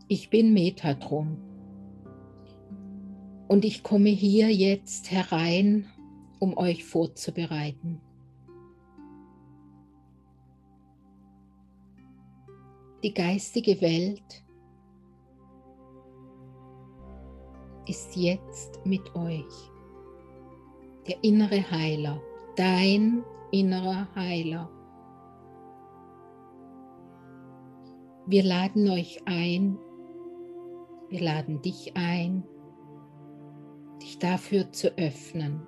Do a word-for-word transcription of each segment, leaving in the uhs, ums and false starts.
Ich bin Metatron und ich komme hier jetzt herein, um euch vorzubereiten. Die geistige Welt ist jetzt mit euch. Der innere Heiler, dein innerer Heiler. Wir laden euch ein, wir laden dich ein, dich dafür zu öffnen.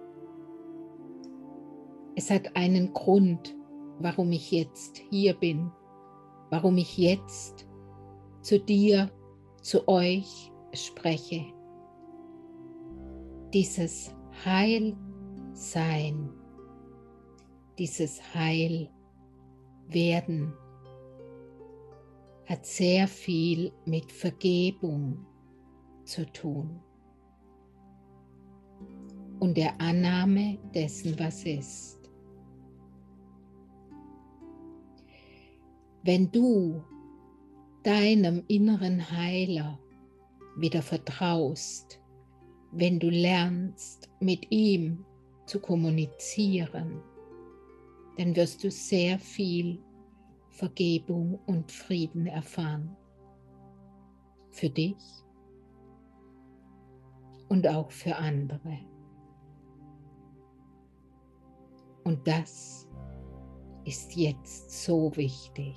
Es hat einen Grund, warum ich jetzt hier bin, warum ich jetzt zu dir, zu euch spreche. Dieses Heilsein, dieses Heilwerden hat sehr viel mit Vergebung zu tun und der Annahme dessen, was ist. Wenn du deinem inneren Heiler wieder vertraust, wenn du lernst, mit ihm zu kommunizieren, dann wirst du sehr viel Vergebung und Frieden erfahren. Für dich und auch für andere. Und das ist jetzt so wichtig.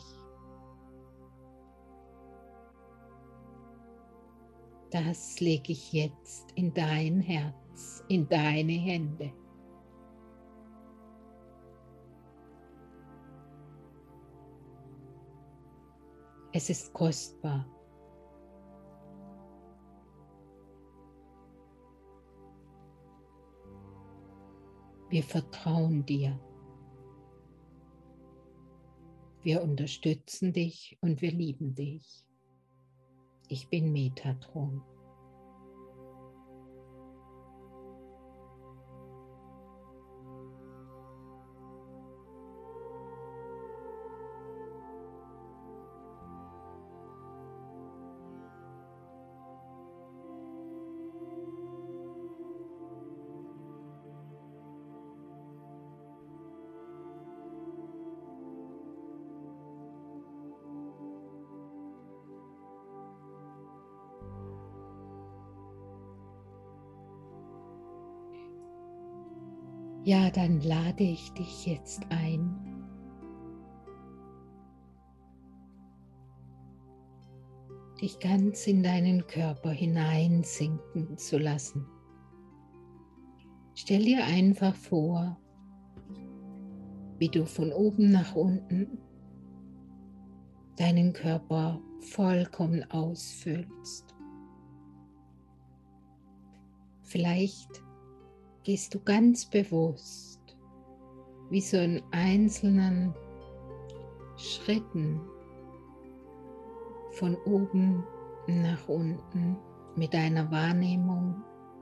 Das lege ich jetzt in dein Herz, in deine Hände. Es ist kostbar. Wir vertrauen dir. Wir unterstützen dich und wir lieben dich. Ich bin Metatron. Ja, dann lade ich dich jetzt ein, dich ganz in deinen Körper hineinsinken zu lassen. Stell dir einfach vor, wie du von oben nach unten deinen Körper vollkommen ausfüllst. Vielleicht gehst du ganz bewusst, wie so in einzelnen Schritten von oben nach unten mit deiner Wahrnehmung.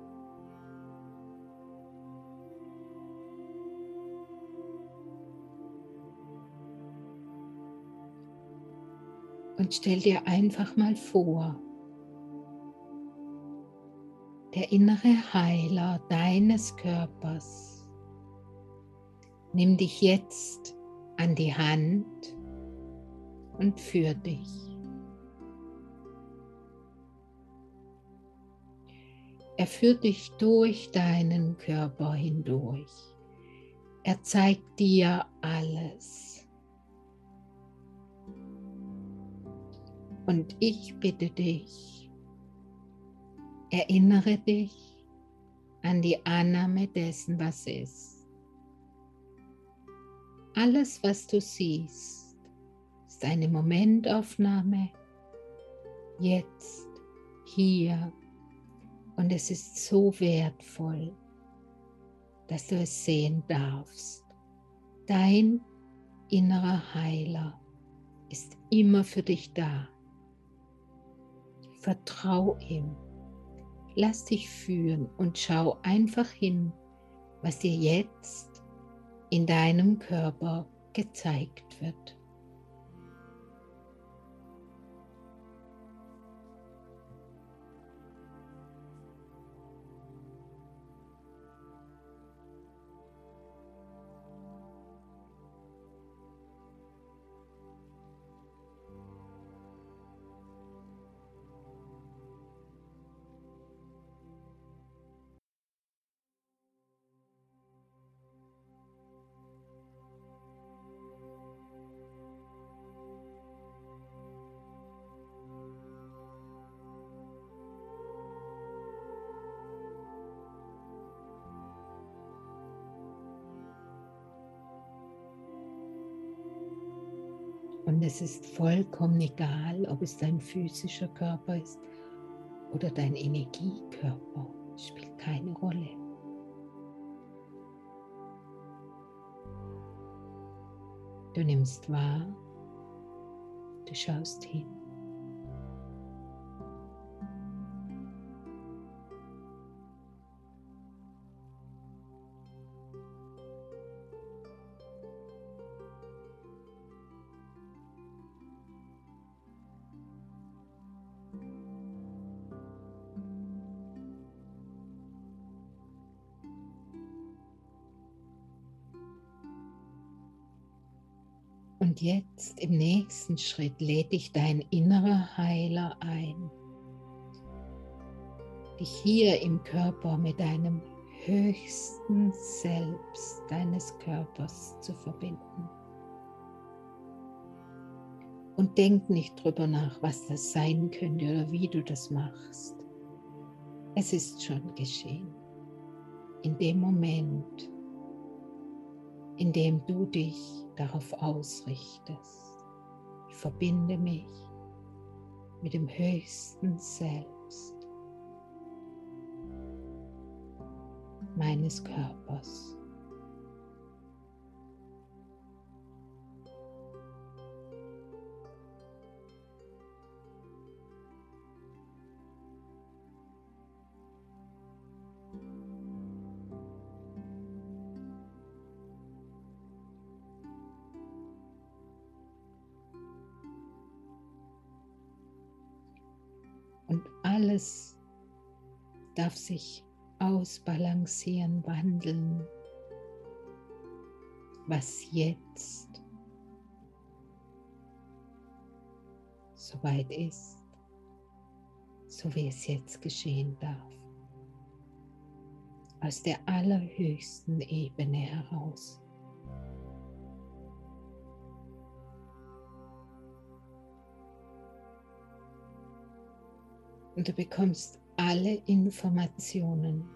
Und stell dir einfach mal vor, der innere Heiler deines Körpers nimmt dich jetzt an die Hand und führt dich. Er führt dich durch deinen Körper hindurch. Er zeigt dir alles. Und ich bitte dich, erinnere dich an die Annahme dessen, was ist. Alles, was du siehst, ist eine Momentaufnahme, jetzt, hier, und es ist so wertvoll, dass du es sehen darfst. Dein innerer Heiler ist immer für dich da. Vertrau ihm. Lass dich führen und schau einfach hin, was dir jetzt in deinem Körper gezeigt wird. Und es ist vollkommen egal, ob es dein physischer Körper ist oder dein Energiekörper. Es spielt keine Rolle. Du nimmst wahr, du schaust hin. Und jetzt im nächsten Schritt lädt dich dein innerer Heiler ein, dich hier im Körper mit deinem höchsten Selbst deines Körpers zu verbinden. Und denk nicht drüber nach, was das sein könnte oder wie du das machst. Es ist schon geschehen. In dem Moment, in dem du dich darauf ausrichtest. Ich verbinde mich mit dem höchsten Selbst meines Körpers. Und alles darf sich ausbalancieren, wandeln, was jetzt soweit ist, so wie es jetzt geschehen darf. Aus der allerhöchsten Ebene heraus. Und du bekommst alle Informationen,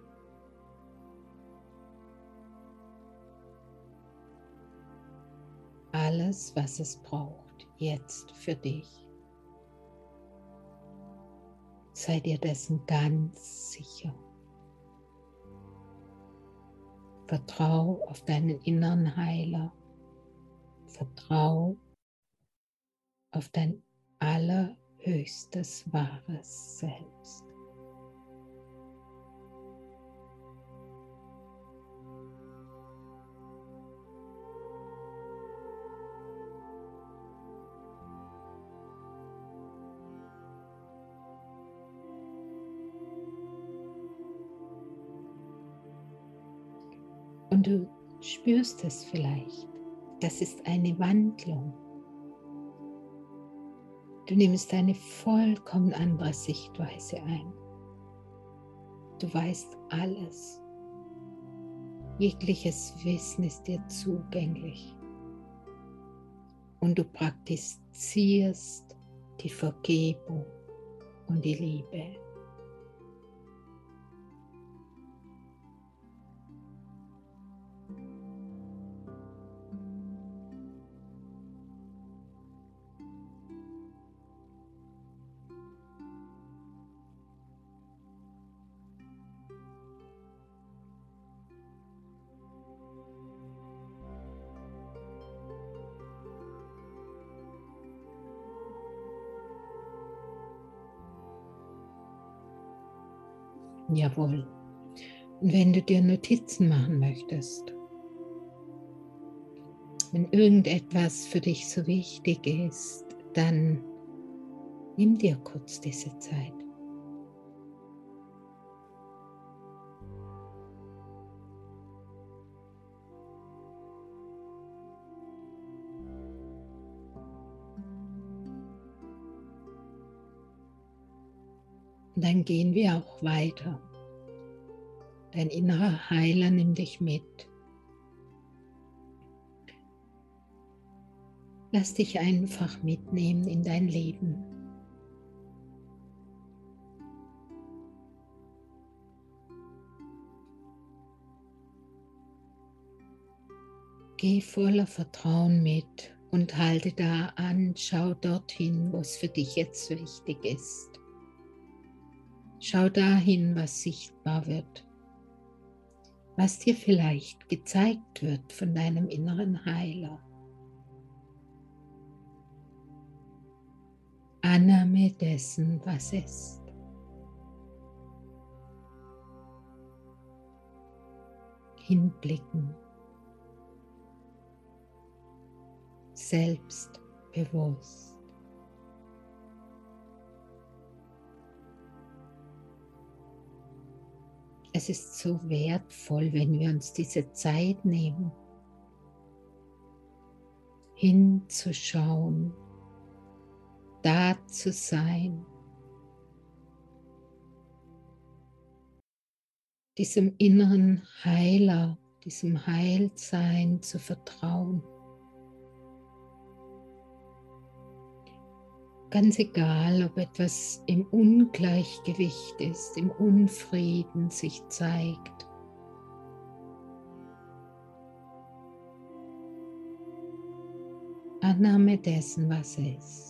alles, was es braucht, jetzt für dich. Sei dir dessen ganz sicher. Vertrau auf deinen inneren Heiler. Vertrau auf dein allerhöchstes, wahres Selbst. Und du spürst es vielleicht. Das ist eine Wandlung. Du nimmst eine vollkommen andere Sichtweise ein. Du weißt alles. Jegliches Wissen ist dir zugänglich. Und du praktizierst die Vergebung und die Liebe. Jawohl. Und wenn du dir Notizen machen möchtest, wenn irgendetwas für dich so wichtig ist, dann nimm dir kurz diese Zeit. Und dann gehen wir auch weiter. Dein innerer Heiler nimmt dich mit. Lass dich einfach mitnehmen in dein Leben. Geh voller Vertrauen mit Und halte da an, schau dorthin, wo es für dich jetzt wichtig ist. Schau dahin, was sichtbar wird, was dir vielleicht gezeigt wird von deinem inneren Heiler. Annahme dessen, was ist. Hinblicken. Selbstbewusst. Es ist so wertvoll, wenn wir uns diese Zeit nehmen, hinzuschauen, da zu sein, diesem inneren Heiler, diesem Heilsein zu vertrauen. Ganz egal, ob etwas im Ungleichgewicht ist, im Unfrieden sich zeigt. Annahme dessen, was ist.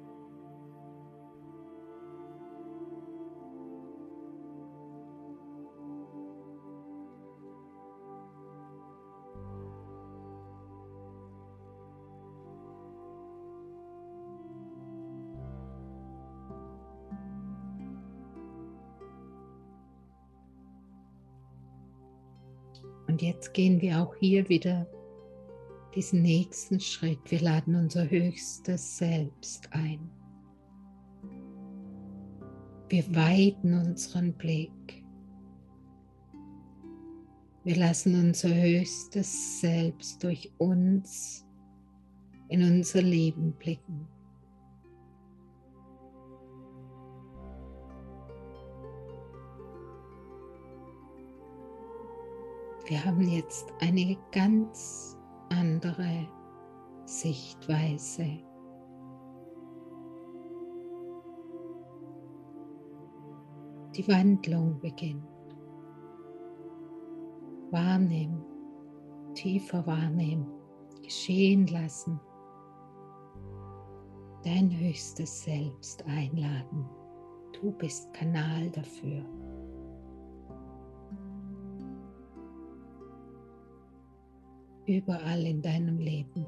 Und jetzt gehen wir auch hier wieder diesen nächsten Schritt. Wir laden unser höchstes Selbst ein. Wir weiten unseren Blick. Wir lassen unser höchstes Selbst durch uns in unser Leben blicken. Wir haben jetzt eine ganz andere Sichtweise. Die Wandlung beginnt. Wahrnehmen, tiefer wahrnehmen, geschehen lassen. Dein höchstes Selbst einladen. Du bist Kanal dafür. Überall in deinem Leben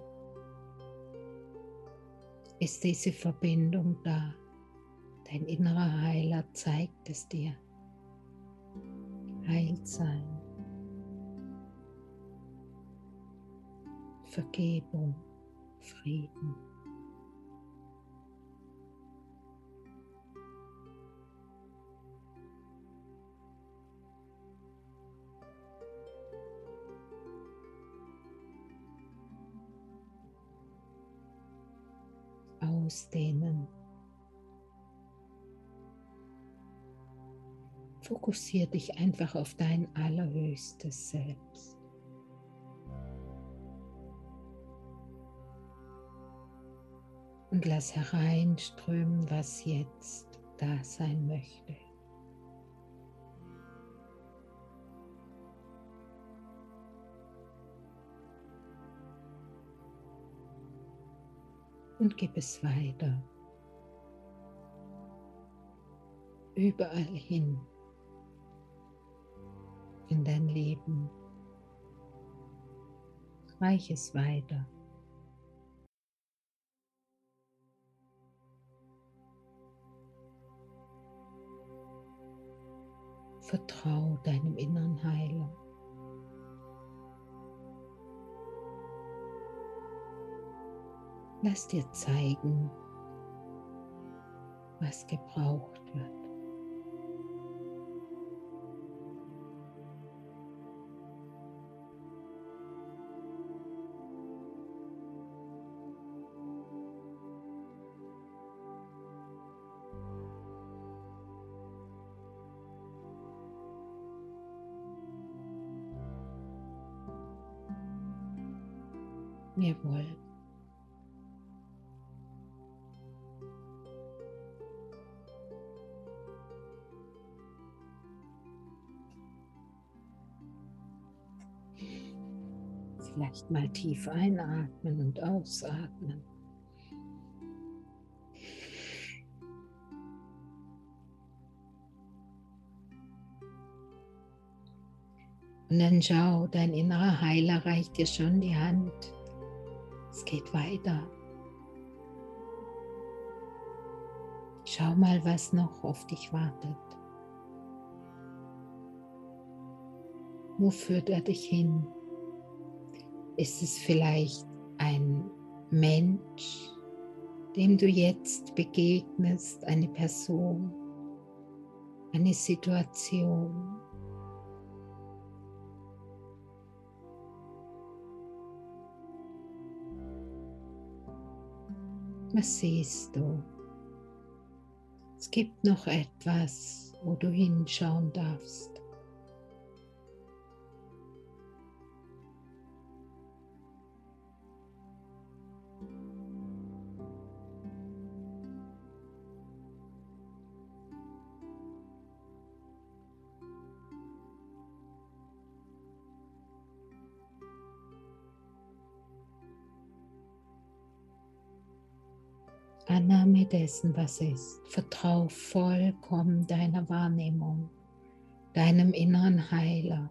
ist diese Verbindung da. Dein innerer Heiler zeigt es dir. Heilsein, Vergebung, Frieden. Ausdehnen. Fokussiere dich einfach auf dein allerhöchstes Selbst. Und lass hereinströmen, was jetzt da sein möchte. Und gib es weiter. Überall hin in dein Leben. Reich es weiter. Vertrau deinem inneren Heiler. Lass dir zeigen, was gebraucht wird. Jawohl. Vielleicht mal tief einatmen und ausatmen. Und dann schau, dein innerer Heiler reicht dir schon die Hand. Es geht weiter. Schau mal, was noch auf dich wartet. Wo führt er dich hin? Ist es vielleicht ein Mensch, dem du jetzt begegnest, eine Person, eine Situation? Was siehst du? Es gibt noch etwas, wo du hinschauen darfst. Annahme dessen, was ist. Vertrau vollkommen deiner Wahrnehmung, deinem inneren Heiler.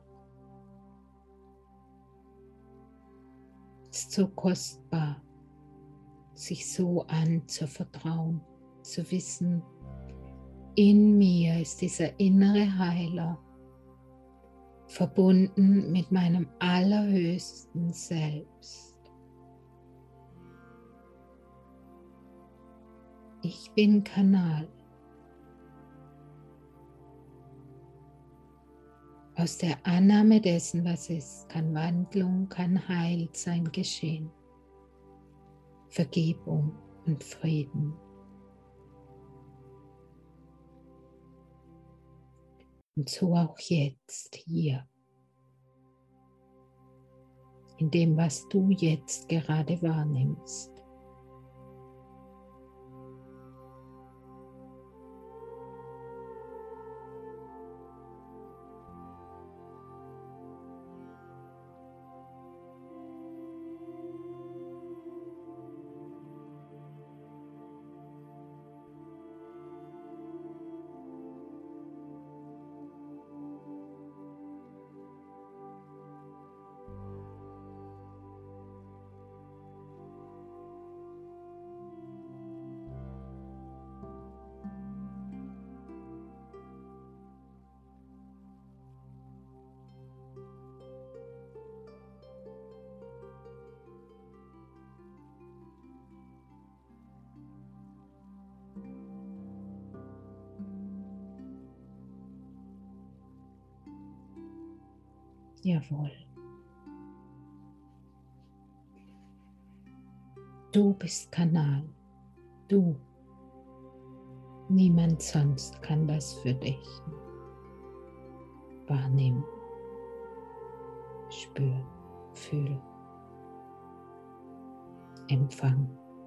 Es ist so kostbar, sich so anzuvertrauen, zu wissen, in mir ist dieser innere Heiler verbunden mit meinem allerhöchsten Selbst. Ich bin Kanal. Aus der Annahme dessen, was ist, kann Wandlung, kann Heilsein geschehen. Vergebung und Frieden. Und so auch jetzt hier. In dem, was du jetzt gerade wahrnimmst. Jawohl. Du bist Kanal. Du. Niemand sonst kann das für dich wahrnehmen, spüren, fühlen, empfangen.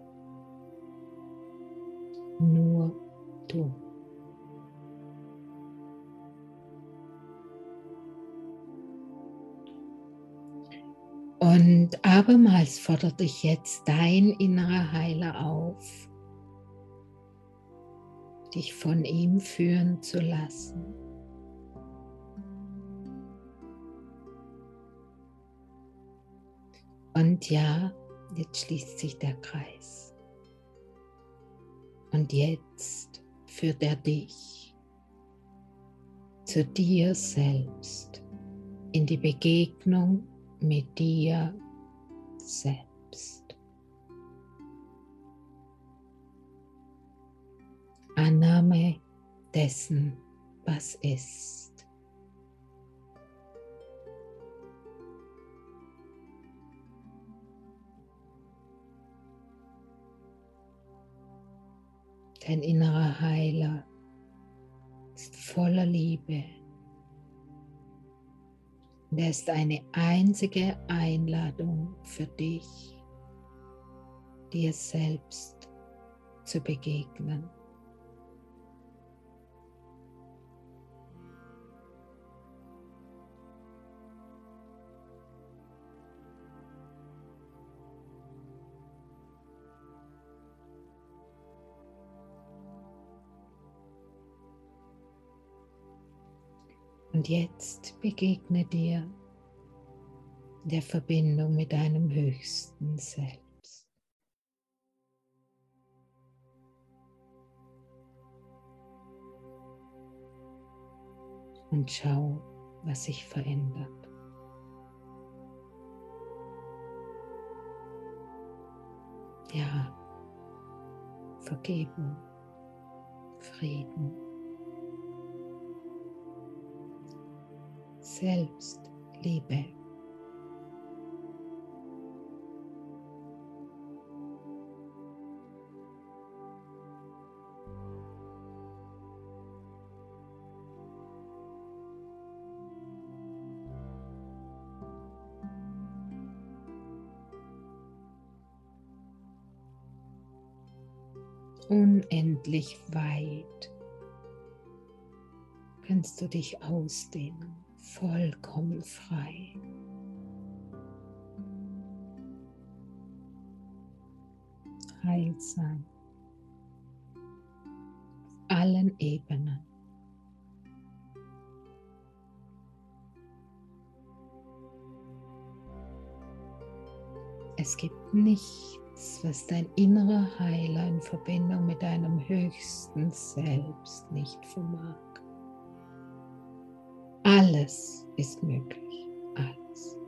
Nur du. Und abermals fordert dich jetzt dein innerer Heiler auf, dich von ihm führen zu lassen. Und ja, jetzt schließt sich der Kreis. Und jetzt führt er dich zu dir selbst, in die Begegnung mit dir selbst. Annahme dessen, was ist. Dein innerer Heiler ist voller Liebe. Und er ist eine einzige Einladung für dich, dir selbst zu begegnen. Und jetzt begegne dir in der Verbindung mit deinem höchsten Selbst. Und schau, was sich verändert. Ja, Vergebung, Frieden, Selbstliebe. Unendlich weit kannst du dich ausdehnen, vollkommen frei. Heilsam, auf allen Ebenen. Es gibt nichts, was dein innerer Heiler in Verbindung mit deinem höchsten Selbst nicht vermag. Alles ist möglich, alles.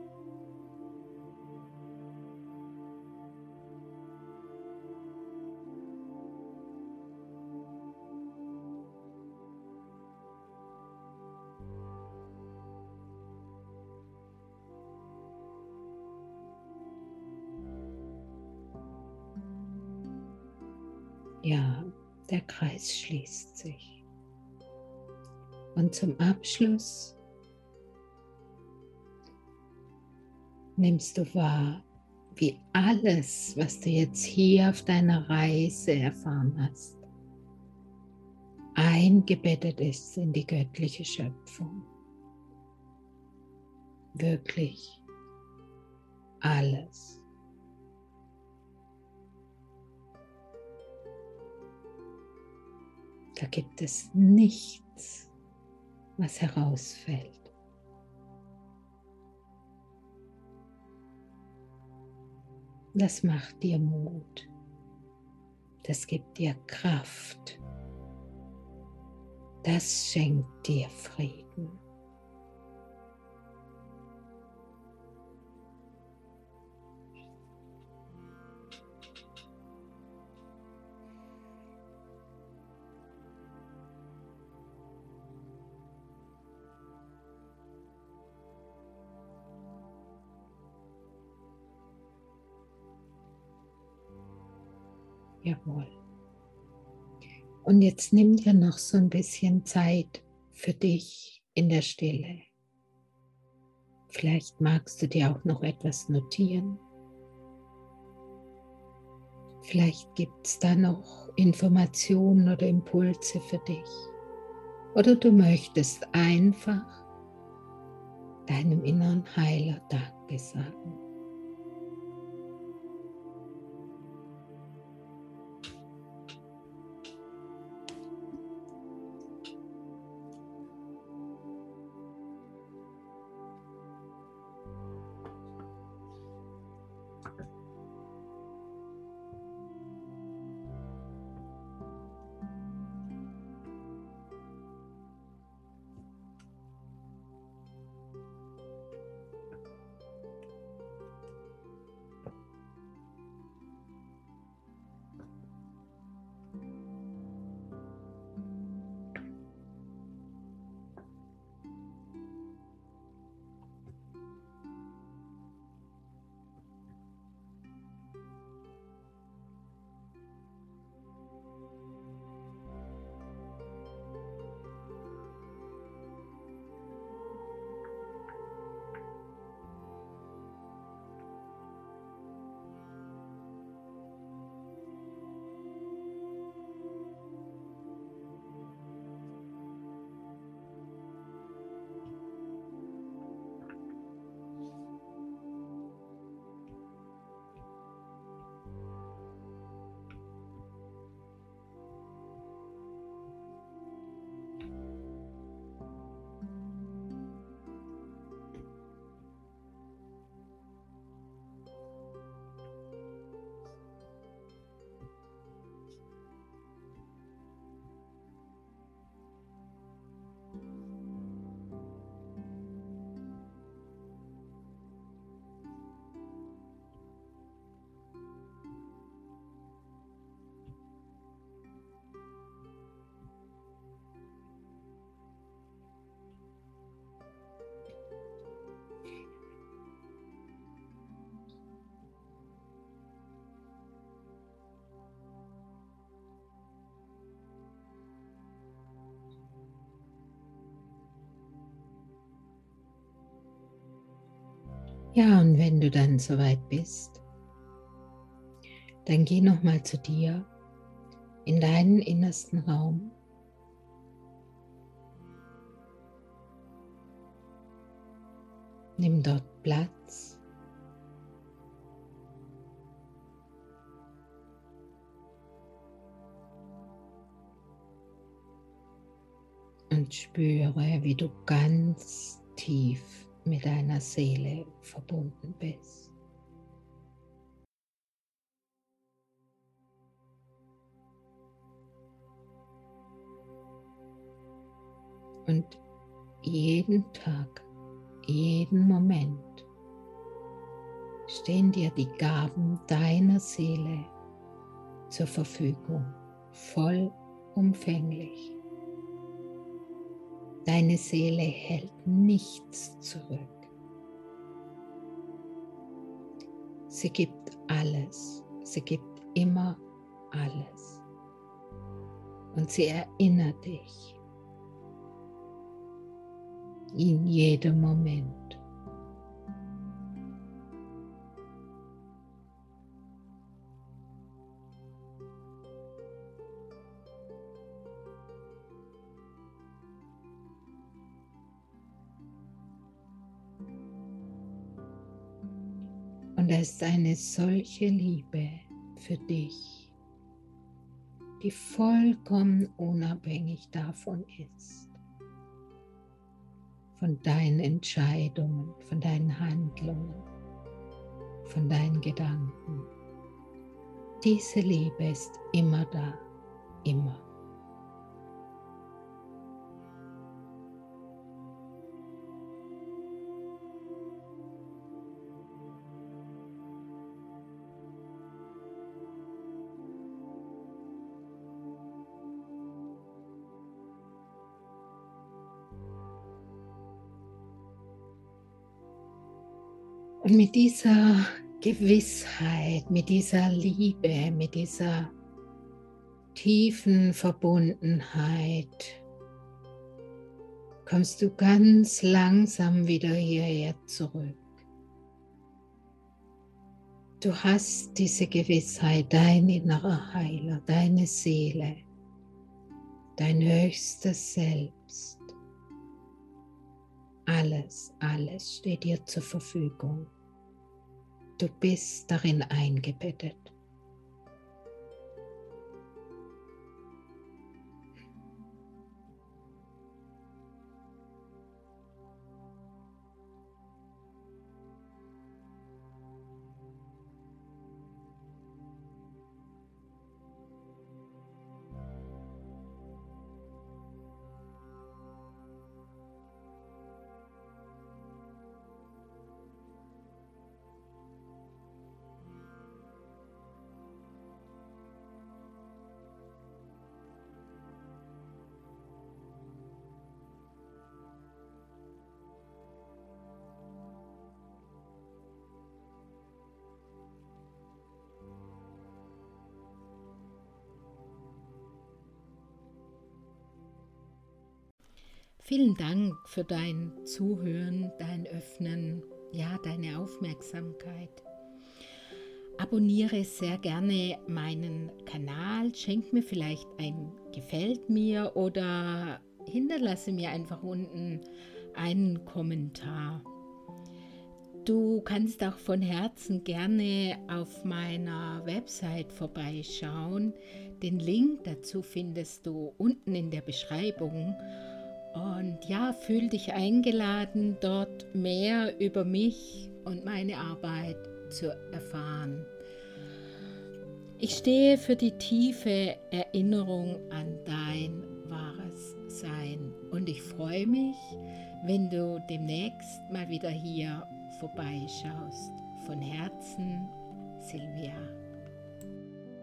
Ja, der Kreis schließt sich. Und zum Abschluss nimmst du wahr, wie alles, was du jetzt hier auf deiner Reise erfahren hast, eingebettet ist in die göttliche Schöpfung. Wirklich alles. Da gibt es nichts, was herausfällt. Das macht dir Mut. Das gibt dir Kraft. Das schenkt dir Frieden. Jawohl. Und jetzt nimm dir noch so ein bisschen Zeit für dich in der Stille. Vielleicht magst du dir auch noch etwas notieren. Vielleicht gibt es da noch Informationen oder Impulse für dich. Oder du möchtest einfach deinem inneren Heiler Danke sagen. Ja, und wenn du dann soweit bist, dann geh nochmal zu dir in deinen innersten Raum. Nimm dort Platz. Und spüre, wie du ganz tief mit deiner Seele verbunden bist. Und jeden Tag, jeden Moment stehen dir die Gaben deiner Seele zur Verfügung, vollumfänglich. Deine Seele hält nichts zurück. Sie gibt alles, sie gibt immer alles. Und sie erinnert dich in jedem Moment. Und es ist eine solche Liebe für dich, die vollkommen unabhängig davon ist, von deinen Entscheidungen, von deinen Handlungen, von deinen Gedanken. Diese Liebe ist immer da, immer. Und mit dieser Gewissheit, mit dieser Liebe, mit dieser tiefen Verbundenheit kommst du ganz langsam wieder hierher zurück. Du hast diese Gewissheit, dein innerer Heiler, deine Seele, dein höchstes Selbst. Alles, alles steht dir zur Verfügung. Du bist darin eingebettet. Vielen Dank für dein Zuhören, dein Öffnen, ja, deine Aufmerksamkeit. Abonniere sehr gerne meinen Kanal, schenk mir vielleicht ein Gefällt mir oder hinterlasse mir einfach unten einen Kommentar. Du kannst auch von Herzen gerne auf meiner Website vorbeischauen. Den Link dazu findest du unten in der Beschreibung. Und ja, fühl dich eingeladen, dort mehr über mich und meine Arbeit zu erfahren. Ich stehe für die tiefe Erinnerung an dein wahres Sein und ich freue mich, wenn du demnächst mal wieder hier vorbeischaust. Von Herzen, Silvia.